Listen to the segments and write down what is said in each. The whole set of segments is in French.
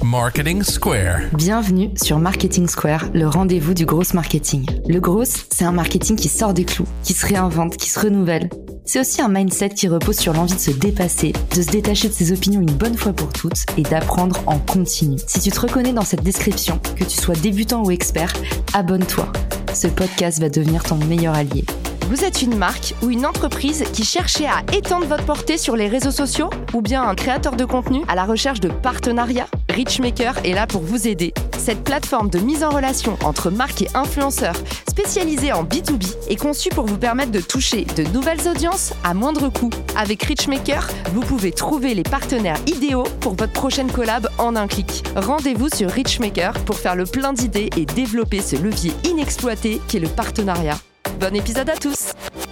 Marketing Square. Bienvenue sur Marketing Square, le rendez-vous du gros marketing. Le gros, c'est un marketing qui sort des clous, qui se réinvente, qui se renouvelle. C'est aussi un mindset qui repose sur l'envie de se dépasser, de se détacher de ses opinions une bonne fois pour toutes et d'apprendre en continu. Si tu te reconnais dans cette description, que tu sois débutant ou expert, abonne-toi. Ce podcast va devenir ton meilleur allié. Vous êtes une marque ou une entreprise qui cherchez à étendre votre portée sur les réseaux sociaux ou bien un créateur de contenu à la recherche de partenariats? Richmaker est là pour vous aider. Cette plateforme de mise en relation entre marques et influenceurs spécialisée en B2B est conçue pour vous permettre de toucher de nouvelles audiences à moindre coût. Avec Richmaker, vous pouvez trouver les partenaires idéaux pour votre prochaine collab en un clic. Rendez-vous sur Richmaker pour faire le plein d'idées et développer ce levier inexploité qu'est le partenariat. Bon épisode à tous!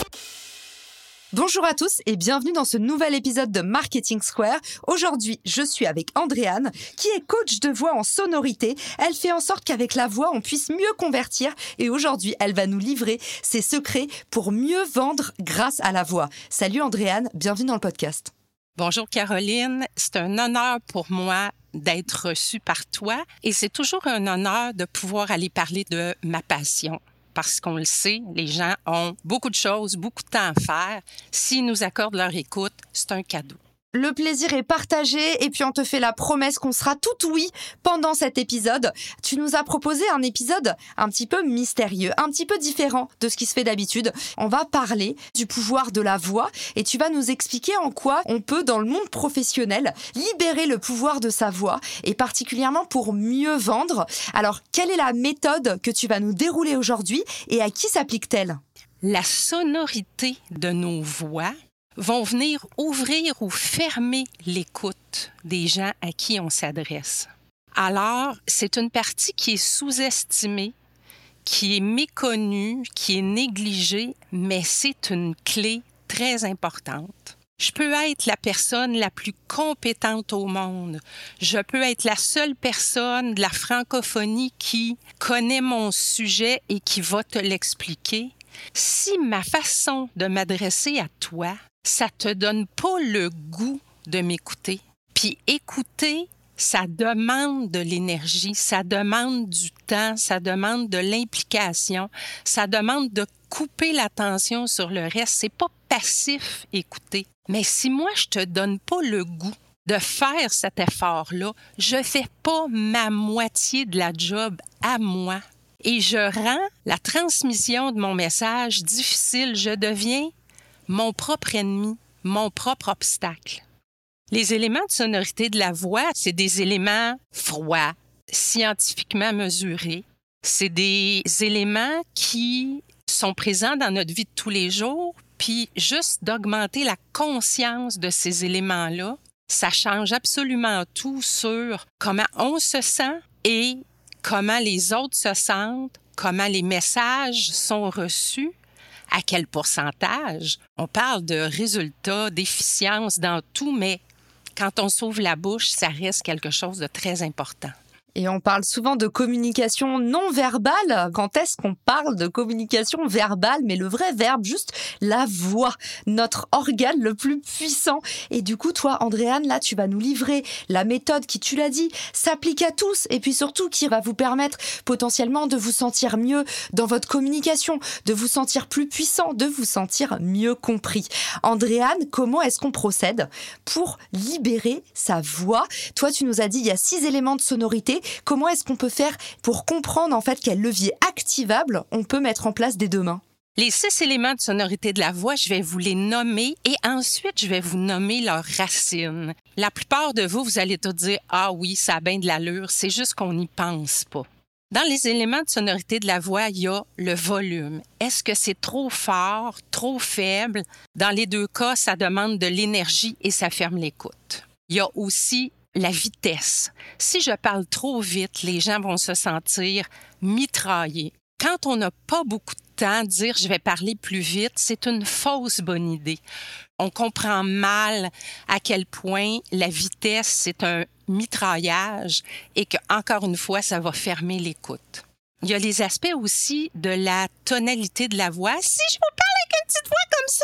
Bonjour à tous et bienvenue dans ce nouvel épisode de Marketing Square. Aujourd'hui, je suis avec Andréane, qui est coach de voix en sonorité. Elle fait en sorte qu'avec la voix, on puisse mieux convertir. Et aujourd'hui, elle va nous livrer ses secrets pour mieux vendre grâce à la voix. Salut Andréane, bienvenue dans le podcast. Bonjour Caroline, c'est un honneur pour moi d'être reçue par toi. Et c'est toujours un honneur de pouvoir aller parler de ma passion. Parce qu'on le sait, les gens ont beaucoup de choses, beaucoup de temps à faire. S'ils nous accordent leur écoute, c'est un cadeau. Le plaisir est partagé et puis on te fait la promesse qu'on sera tout oui pendant cet épisode. Tu nous as proposé un épisode un petit peu mystérieux, un petit peu différent de ce qui se fait d'habitude. On va parler du pouvoir de la voix et tu vas nous expliquer en quoi on peut, dans le monde professionnel, libérer le pouvoir de sa voix et particulièrement pour mieux vendre. Alors, quelle est la méthode que tu vas nous dérouler aujourd'hui et à qui s'applique-t-elle? La sonorité de nos voix vont venir ouvrir ou fermer l'écoute des gens à qui on s'adresse. Alors, c'est une partie qui est sous-estimée, qui est méconnue, qui est négligée, mais c'est une clé très importante. Je peux être la personne la plus compétente au monde. Je peux être la seule personne de la francophonie qui connaît mon sujet et qui va te l'expliquer. Si ma façon de m'adresser à toi, ça te donne pas le goût de m'écouter. Puis écouter, ça demande de l'énergie, ça demande du temps, ça demande de l'implication, ça demande de couper l'attention sur le reste. C'est pas passif écouter. Mais si moi, je te donne pas le goût de faire cet effort-là, je fais pas ma moitié de la job à moi. Et je rends la transmission de mon message difficile. Je deviens mon propre ennemi, mon propre obstacle. Les éléments de sonorité de la voix, c'est des éléments froids, scientifiquement mesurés. C'est des éléments qui sont présents dans notre vie de tous les jours, puis juste d'augmenter la conscience de ces éléments-là, ça change absolument tout sur comment on se sent et comment les autres se sentent, comment les messages sont reçus. À quel pourcentage? On parle de résultats, d'efficience dans tout, mais quand on s'ouvre la bouche, ça reste quelque chose de très important. Et on parle souvent de communication non verbale. Quand est-ce qu'on parle de communication verbale? Mais le vrai verbe, juste la voix, notre organe le plus puissant. Et du coup, toi, Andréane, là, tu vas nous livrer la méthode qui, tu l'as dit, s'applique à tous. Et puis surtout, qui va vous permettre potentiellement de vous sentir mieux dans votre communication, de vous sentir plus puissant, de vous sentir mieux compris. Andréane, comment est-ce qu'on procède pour libérer sa voix? Toi, tu nous as dit, il y a 6 éléments de sonorité. Comment est-ce qu'on peut faire pour comprendre en fait quel levier activable on peut mettre en place dès demain? Les 6 éléments de sonorité de la voix, je vais vous les nommer et ensuite, je vais vous nommer leurs racines. La plupart de vous, vous allez tout dire « Ah oui, ça a bien de l'allure », c'est juste qu'on n'y pense pas. Dans les éléments de sonorité de la voix, il y a le volume. Est-ce que c'est trop fort, trop faible? Dans les deux cas, ça demande de l'énergie et ça ferme l'écoute. Il y a aussi la vitesse. Si je parle trop vite, les gens vont se sentir mitraillés. Quand on n'a pas beaucoup de temps, dire « je vais parler plus vite », c'est une fausse bonne idée. On comprend mal à quel point la vitesse, c'est un mitraillage et que, encore une fois, ça va fermer l'écoute. Il y a les aspects aussi de la tonalité de la voix. Si je vous parle avec une petite voix comme ça,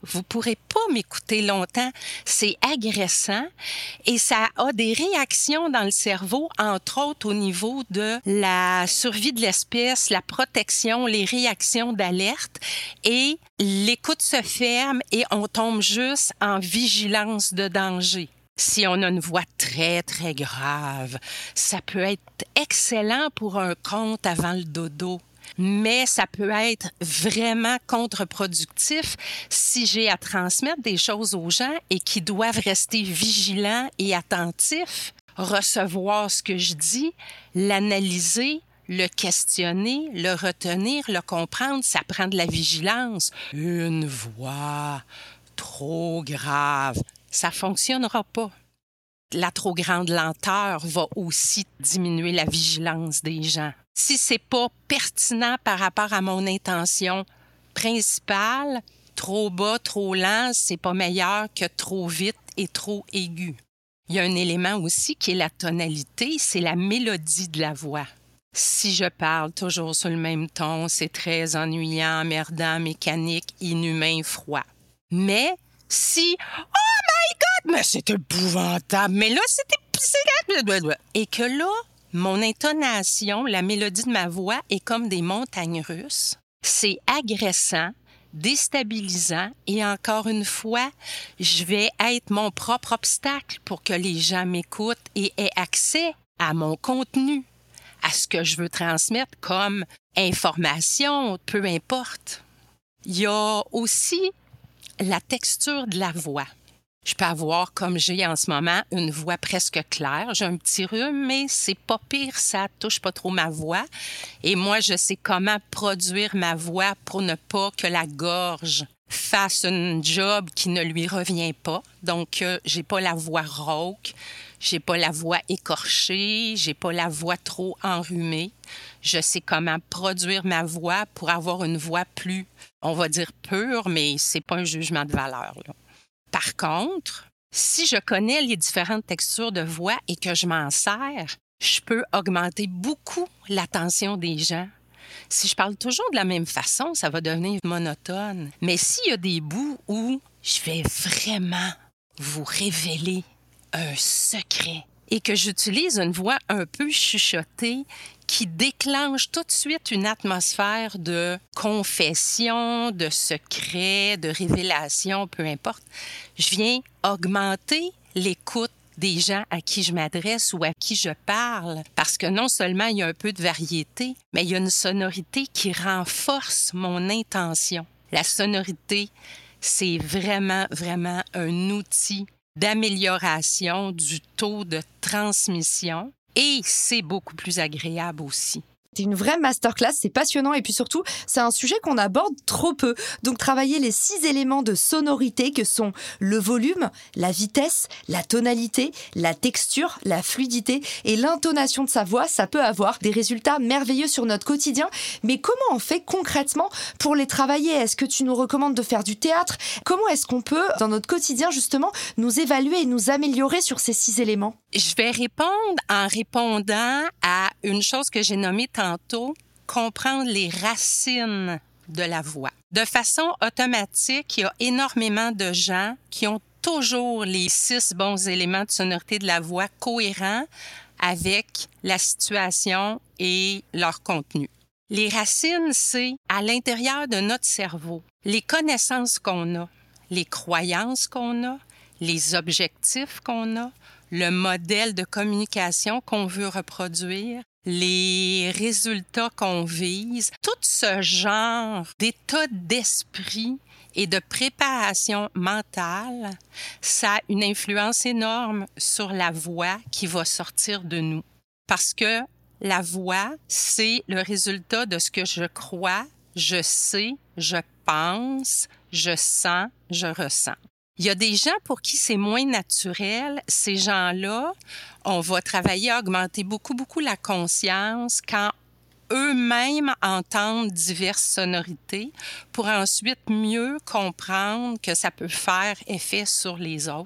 vous pourrez pas m'écouter longtemps. C'est agressant et ça a des réactions dans le cerveau, entre autres au niveau de la survie de l'espèce, la protection, les réactions d'alerte. Et l'écoute se ferme et on tombe juste en vigilance de danger. Si on a une voix très, très grave, ça peut être excellent pour un conte avant le dodo. Mais ça peut être vraiment contre-productif si j'ai à transmettre des choses aux gens et qui doivent rester vigilants et attentifs, recevoir ce que je dis, l'analyser, le questionner, le retenir, le comprendre. Ça prend de la vigilance. Une voix trop grave, ça ne fonctionnera pas. La trop grande lenteur va aussi diminuer la vigilance des gens. Si c'est pas pertinent par rapport à mon intention principale, trop bas, trop lent, c'est pas meilleur que trop vite et trop aigu. Il y a un élément aussi qui est la tonalité, c'est la mélodie de la voix. Si je parle toujours sur le même ton, c'est très ennuyant, emmerdant, mécanique, inhumain, froid. Mais si mais c'est épouvantable. Mais là, et que là, mon intonation, la mélodie de ma voix est comme des montagnes russes. C'est agressant, déstabilisant et encore une fois, je vais être mon propre obstacle pour que les gens m'écoutent et aient accès à mon contenu, à ce que je veux transmettre comme information, peu importe. Il y a aussi la texture de la voix. Je peux avoir, comme j'ai en ce moment, une voix presque claire. J'ai un petit rhume, mais c'est pas pire, ça touche pas trop ma voix. Et moi, je sais comment produire ma voix pour ne pas que la gorge fasse un job qui ne lui revient pas. Donc, j'ai pas la voix rauque, j'ai pas la voix écorchée, j'ai pas la voix trop enrhumée. Je sais comment produire ma voix pour avoir une voix plus, on va dire pure, mais c'est pas un jugement de valeur, là. Par contre, si je connais les différentes textures de voix et que je m'en sers, je peux augmenter beaucoup l'attention des gens. Si je parle toujours de la même façon, ça va devenir monotone. Mais s'il y a des bouts où je vais vraiment vous révéler un secret et que j'utilise une voix un peu chuchotée qui déclenche tout de suite une atmosphère de confession, de secret, de révélation, peu importe, je viens augmenter l'écoute des gens à qui je m'adresse ou à qui je parle. Parce que non seulement il y a un peu de variété, mais il y a une sonorité qui renforce mon intention. La sonorité, c'est vraiment, vraiment un outil d'amélioration du taux de transmission et c'est beaucoup plus agréable aussi. C'est une vraie masterclass, c'est passionnant et puis surtout, c'est un sujet qu'on aborde trop peu. Donc travailler les 6 éléments de sonorité que sont le volume, la vitesse, la tonalité, la texture, la fluidité et l'intonation de sa voix, ça peut avoir des résultats merveilleux sur notre quotidien. Mais comment on fait concrètement pour les travailler? Est-ce que tu nous recommandes de faire du théâtre? Comment est-ce qu'on peut, dans notre quotidien justement, nous évaluer et nous améliorer sur ces 6 éléments? Je vais répondre en répondant à une chose que j'ai nommée tantôt, comprendre les racines de la voix. De façon automatique, il y a énormément de gens qui ont toujours les 6 bons éléments de sonorité de la voix cohérents avec la situation et leur contenu. Les racines, c'est à l'intérieur de notre cerveau, les connaissances qu'on a, les croyances qu'on a, les objectifs qu'on a, le modèle de communication qu'on veut reproduire, les résultats qu'on vise, tout ce genre d'état d'esprit et de préparation mentale, ça a une influence énorme sur la voix qui va sortir de nous. Parce que la voix, c'est le résultat de ce que je crois, je sais, je pense, je sens, je ressens. Il y a des gens pour qui c'est moins naturel. Ces gens-là, on va travailler à augmenter beaucoup la conscience quand eux-mêmes entendent diverses sonorités pour ensuite mieux comprendre que ça peut faire effet sur les autres.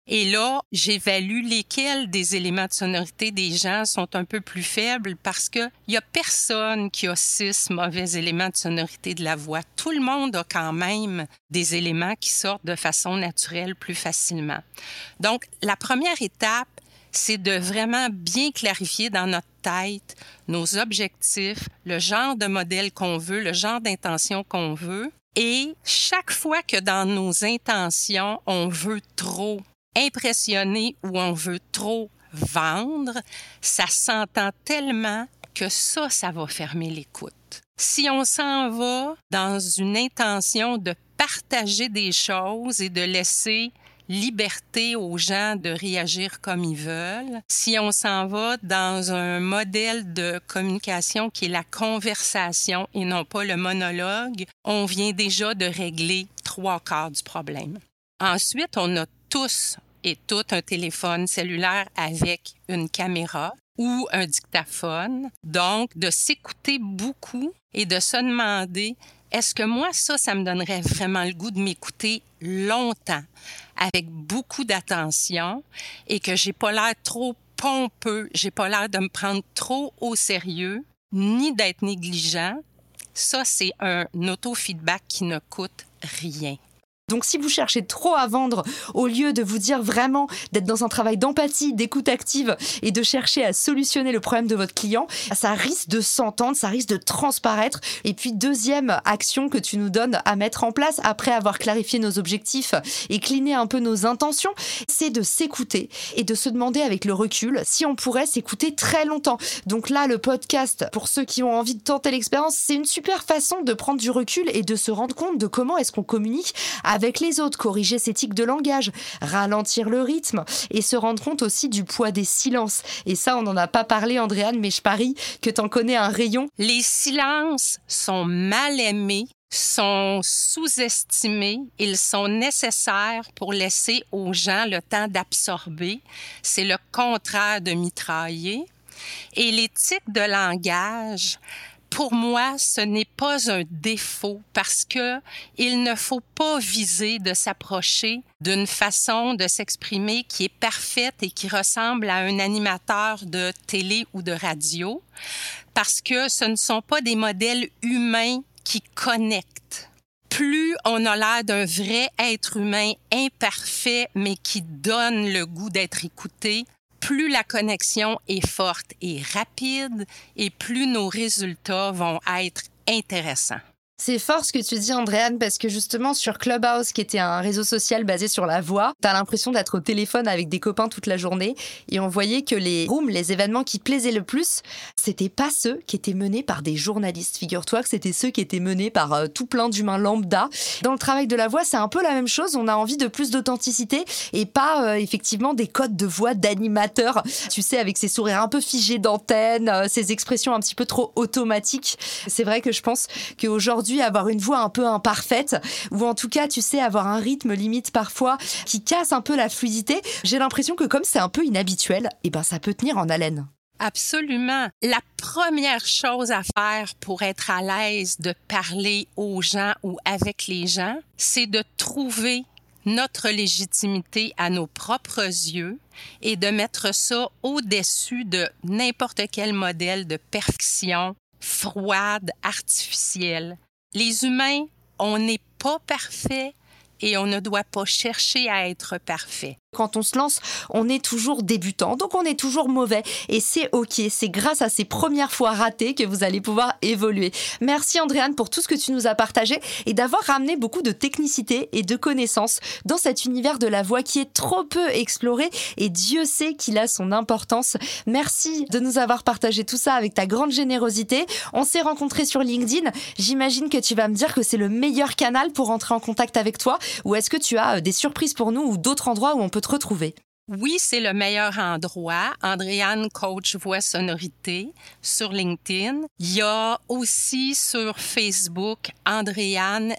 Et là, j'évalue lesquels des éléments de sonorité des gens sont un peu plus faibles parce qu'il n'y a personne qui a 6 mauvais éléments de sonorité de la voix. Tout le monde a quand même des éléments qui sortent de façon naturelle plus facilement. Donc, la première étape, c'est de vraiment bien clarifier dans notre tête nos objectifs, le genre de modèle qu'on veut, le genre d'intention qu'on veut. Et chaque fois que dans nos intentions, on veut trop impressionner ou on veut trop vendre, ça s'entend tellement que ça va fermer l'écoute. Si on s'en va dans une intention de partager des choses et de laisser liberté aux gens de réagir comme ils veulent, si on s'en va dans un modèle de communication qui est la conversation et non pas le monologue, on vient déjà de régler 3/4 du problème. Ensuite, on a tous et toutes un téléphone cellulaire avec une caméra ou un dictaphone. Donc, de s'écouter beaucoup et de se demander, est-ce que moi, ça me donnerait vraiment le goût de m'écouter longtemps, avec beaucoup d'attention et que j'ai pas l'air trop pompeux, j'ai pas l'air de me prendre trop au sérieux, ni d'être négligent. Ça, c'est un auto-feedback qui ne coûte rien. Donc si vous cherchez trop à vendre, au lieu de vous dire vraiment d'être dans un travail d'empathie, d'écoute active et de chercher à solutionner le problème de votre client, ça risque de s'entendre, ça risque de transparaître. Et puis deuxième action que tu nous donnes à mettre en place après avoir clarifié nos objectifs et cliné un peu nos intentions, c'est de s'écouter et de se demander avec le recul si on pourrait s'écouter très longtemps. Donc là, le podcast, pour ceux qui ont envie de tenter l'expérience, c'est une super façon de prendre du recul et de se rendre compte de comment est-ce qu'on communique avec les autres, corriger ses tics de langage, ralentir le rythme et se rendre compte aussi du poids des silences. Et ça, on n'en a pas parlé, Andréane, mais je parie que t'en connais un rayon. Les silences sont mal aimés, sont sous-estimés, ils sont nécessaires pour laisser aux gens le temps d'absorber. C'est le contraire de mitrailler. Et les tics de langage, pour moi, ce n'est pas un défaut parce que il ne faut pas viser de s'approcher d'une façon de s'exprimer qui est parfaite et qui ressemble à un animateur de télé ou de radio parce que ce ne sont pas des modèles humains qui connectent. Plus on a l'air d'un vrai être humain imparfait mais qui donne le goût d'être écouté, plus la connexion est forte et rapide et plus nos résultats vont être intéressants. C'est fort ce que tu dis, Andréane, parce que justement, sur Clubhouse, qui était un réseau social basé sur la voix, t'as l'impression d'être au téléphone avec des copains toute la journée et on voyait que les rooms, les événements qui plaisaient le plus, c'était pas ceux qui étaient menés par des journalistes. Figure-toi que c'était ceux qui étaient menés par tout plein d'humains lambda. Dans le travail de la voix, c'est un peu la même chose. On a envie de plus d'authenticité et pas effectivement des codes de voix d'animateurs. Tu sais, avec ces sourires un peu figés d'antenne, ces expressions un petit peu trop automatiques. C'est vrai que je pense qu'aujourd'hui, avoir une voix un peu imparfaite ou en tout cas, tu sais, avoir un rythme limite parfois qui casse un peu la fluidité, j'ai l'impression que comme c'est un peu inhabituel, ça peut tenir en haleine. Absolument. La première chose à faire pour être à l'aise de parler aux gens ou avec les gens, c'est de trouver notre légitimité à nos propres yeux et de mettre ça au-dessus de n'importe quel modèle de perfection froide, artificielle. Les humains, on n'est pas parfaits et on ne doit pas chercher à être parfait. Quand on se lance, on est toujours débutant, donc on est toujours mauvais. Et c'est OK, c'est grâce à ces premières fois ratées que vous allez pouvoir évoluer. Merci Andréane pour tout ce que tu nous as partagé et d'avoir ramené beaucoup de technicité et de connaissances dans cet univers de la voix qui est trop peu exploré et Dieu sait qu'il a son importance. Merci de nous avoir partagé tout ça avec ta grande générosité. On s'est rencontrés sur LinkedIn. J'imagine que tu vas me dire que c'est le meilleur canal pour entrer en contact avec toi ou est-ce que tu as des surprises pour nous ou d'autres endroits où on peut te retrouver? Oui, c'est le meilleur endroit. Andréane Coach Voix Sonorité sur LinkedIn. Il y a aussi sur Facebook Andréane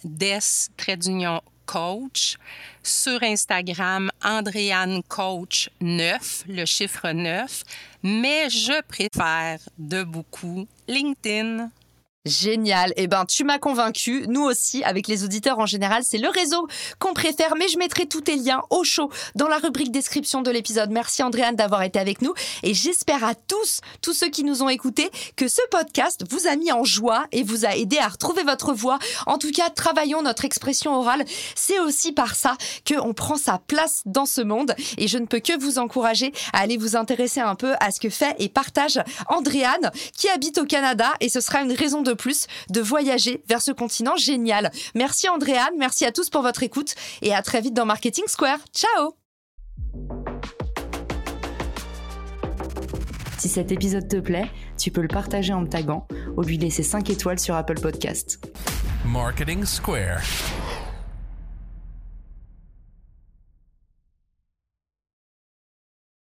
Des-Coach. Sur Instagram, Andréane Coach 9, le chiffre 9. Mais je préfère de beaucoup LinkedIn. Génial. Eh ben, tu m'as convaincu. Nous aussi, avec les auditeurs en général, c'est le réseau qu'on préfère. Mais je mettrai tous tes liens au chaud dans la rubrique description de l'épisode. Merci Andréane d'avoir été avec nous. Et j'espère à tous ceux qui nous ont écoutés, que ce podcast vous a mis en joie et vous a aidé à retrouver votre voix. En tout cas, travaillons notre expression orale. C'est aussi par ça qu'on prend sa place dans ce monde. Et je ne peux que vous encourager à aller vous intéresser un peu à ce que fait et partage Andréane, qui habite au Canada. Et ce sera une raison de plus de voyager vers ce continent génial. Merci Andréane, merci à tous pour votre écoute et à très vite dans Marketing Square. Ciao! Si cet épisode te plaît, tu peux le partager en me taguant ou lui laisser 5 étoiles sur Apple Podcasts. Marketing Square.